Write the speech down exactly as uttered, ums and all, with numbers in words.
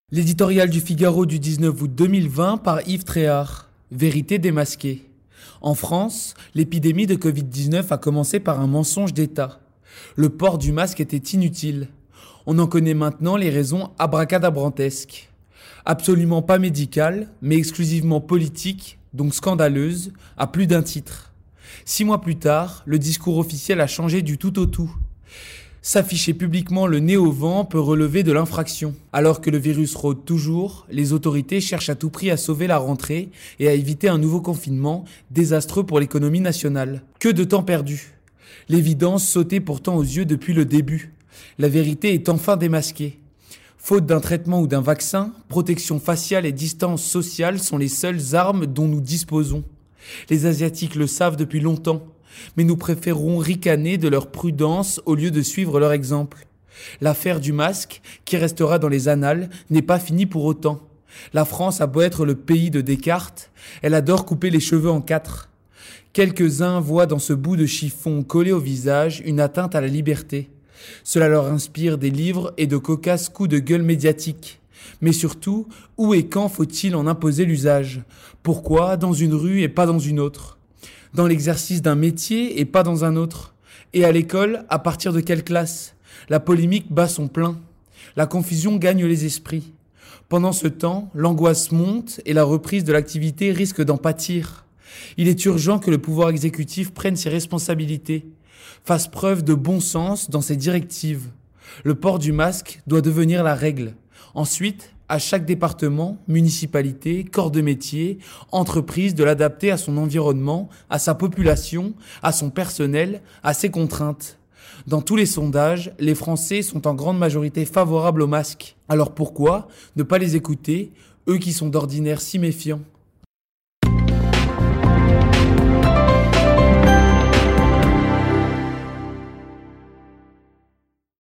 L'éditorial du Figaro du dix-neuf août deux mille vingt par Yves Tréhard. Vérité démasquée. En France, l'épidémie de covid dix-neuf a commencé par un mensonge d'État. Le port du masque était inutile. On en connaît maintenant les raisons abracadabrantesques. Absolument pas médicales, mais exclusivement politiques, donc scandaleuses, à plus d'un titre. Six mois plus tard, le discours officiel a changé du tout au tout. S'afficher publiquement le nez au vent peut relever de l'infraction. Alors que le virus rôde toujours, les autorités cherchent à tout prix à sauver la rentrée et à éviter un nouveau confinement désastreux pour l'économie nationale. Que de temps perdu. L'évidence sautait pourtant aux yeux depuis le début. La vérité est enfin démasquée. Faute d'un traitement ou d'un vaccin, protection faciale et distance sociale sont les seules armes dont nous disposons. Les Asiatiques le savent depuis longtemps. Mais nous préférons ricaner de leur prudence au lieu de suivre leur exemple. L'affaire du masque, qui restera dans les annales, n'est pas finie pour autant. La France a beau être le pays de Descartes, elle adore couper les cheveux en quatre. Quelques-uns voient dans ce bout de chiffon collé au visage une atteinte à la liberté. Cela leur inspire des livres et de cocasses coups de gueule médiatiques. Mais surtout, où et quand faut-il en imposer l'usage ? Pourquoi dans une rue et pas dans une autre ? Dans l'exercice d'un métier et pas dans un autre. Et à l'école, à partir de quelle classe ? La polémique bat son plein. La confusion gagne les esprits. Pendant ce temps, l'angoisse monte et la reprise de l'activité risque d'en pâtir. Il est urgent que le pouvoir exécutif prenne ses responsabilités, fasse preuve de bon sens dans ses directives. Le port du masque doit devenir la règle. Ensuite, à chaque département, municipalité, corps de métier, entreprise de l'adapter à son environnement, à sa population, à son personnel, à ses contraintes. Dans tous les sondages, les Français sont en grande majorité favorables au masque. Alors pourquoi ne pas les écouter, eux qui sont d'ordinaire si méfiants ?